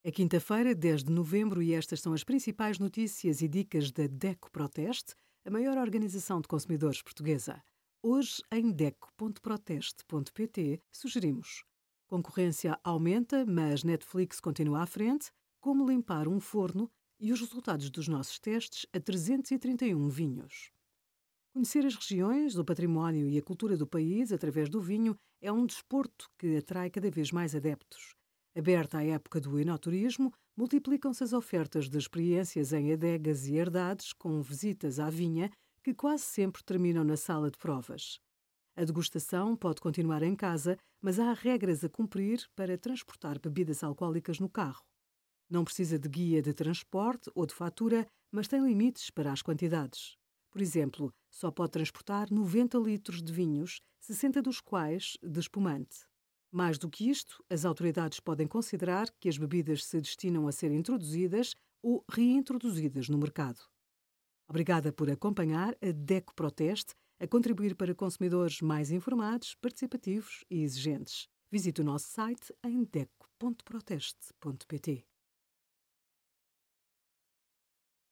É quinta-feira, 10 de novembro, e estas são as principais notícias e dicas da DECO Proteste, a maior organização de consumidores portuguesa. Hoje, em DECO.proteste.pt, sugerimos: concorrência aumenta, mas Netflix continua à frente, como limpar um forno e os resultados dos nossos testes a 331 vinhos. Conhecer as regiões, o património e a cultura do país através do vinho é um desporto que atrai cada vez mais adeptos. Aberta à época do enoturismo, multiplicam-se as ofertas de experiências em adegas e herdades com visitas à vinha que quase sempre terminam na sala de provas. A degustação pode continuar em casa, mas há regras a cumprir para transportar bebidas alcoólicas no carro. Não precisa de guia de transporte ou de fatura, mas tem limites para as quantidades. Por exemplo, só pode transportar 90 litros de vinhos, 60 dos quais de espumante. Mais do que isto, as autoridades podem considerar que as bebidas se destinam a ser introduzidas ou reintroduzidas no mercado. Obrigada por acompanhar a DECO Proteste a contribuir para consumidores mais informados, participativos e exigentes. Visite o nosso site em deco.proteste.pt.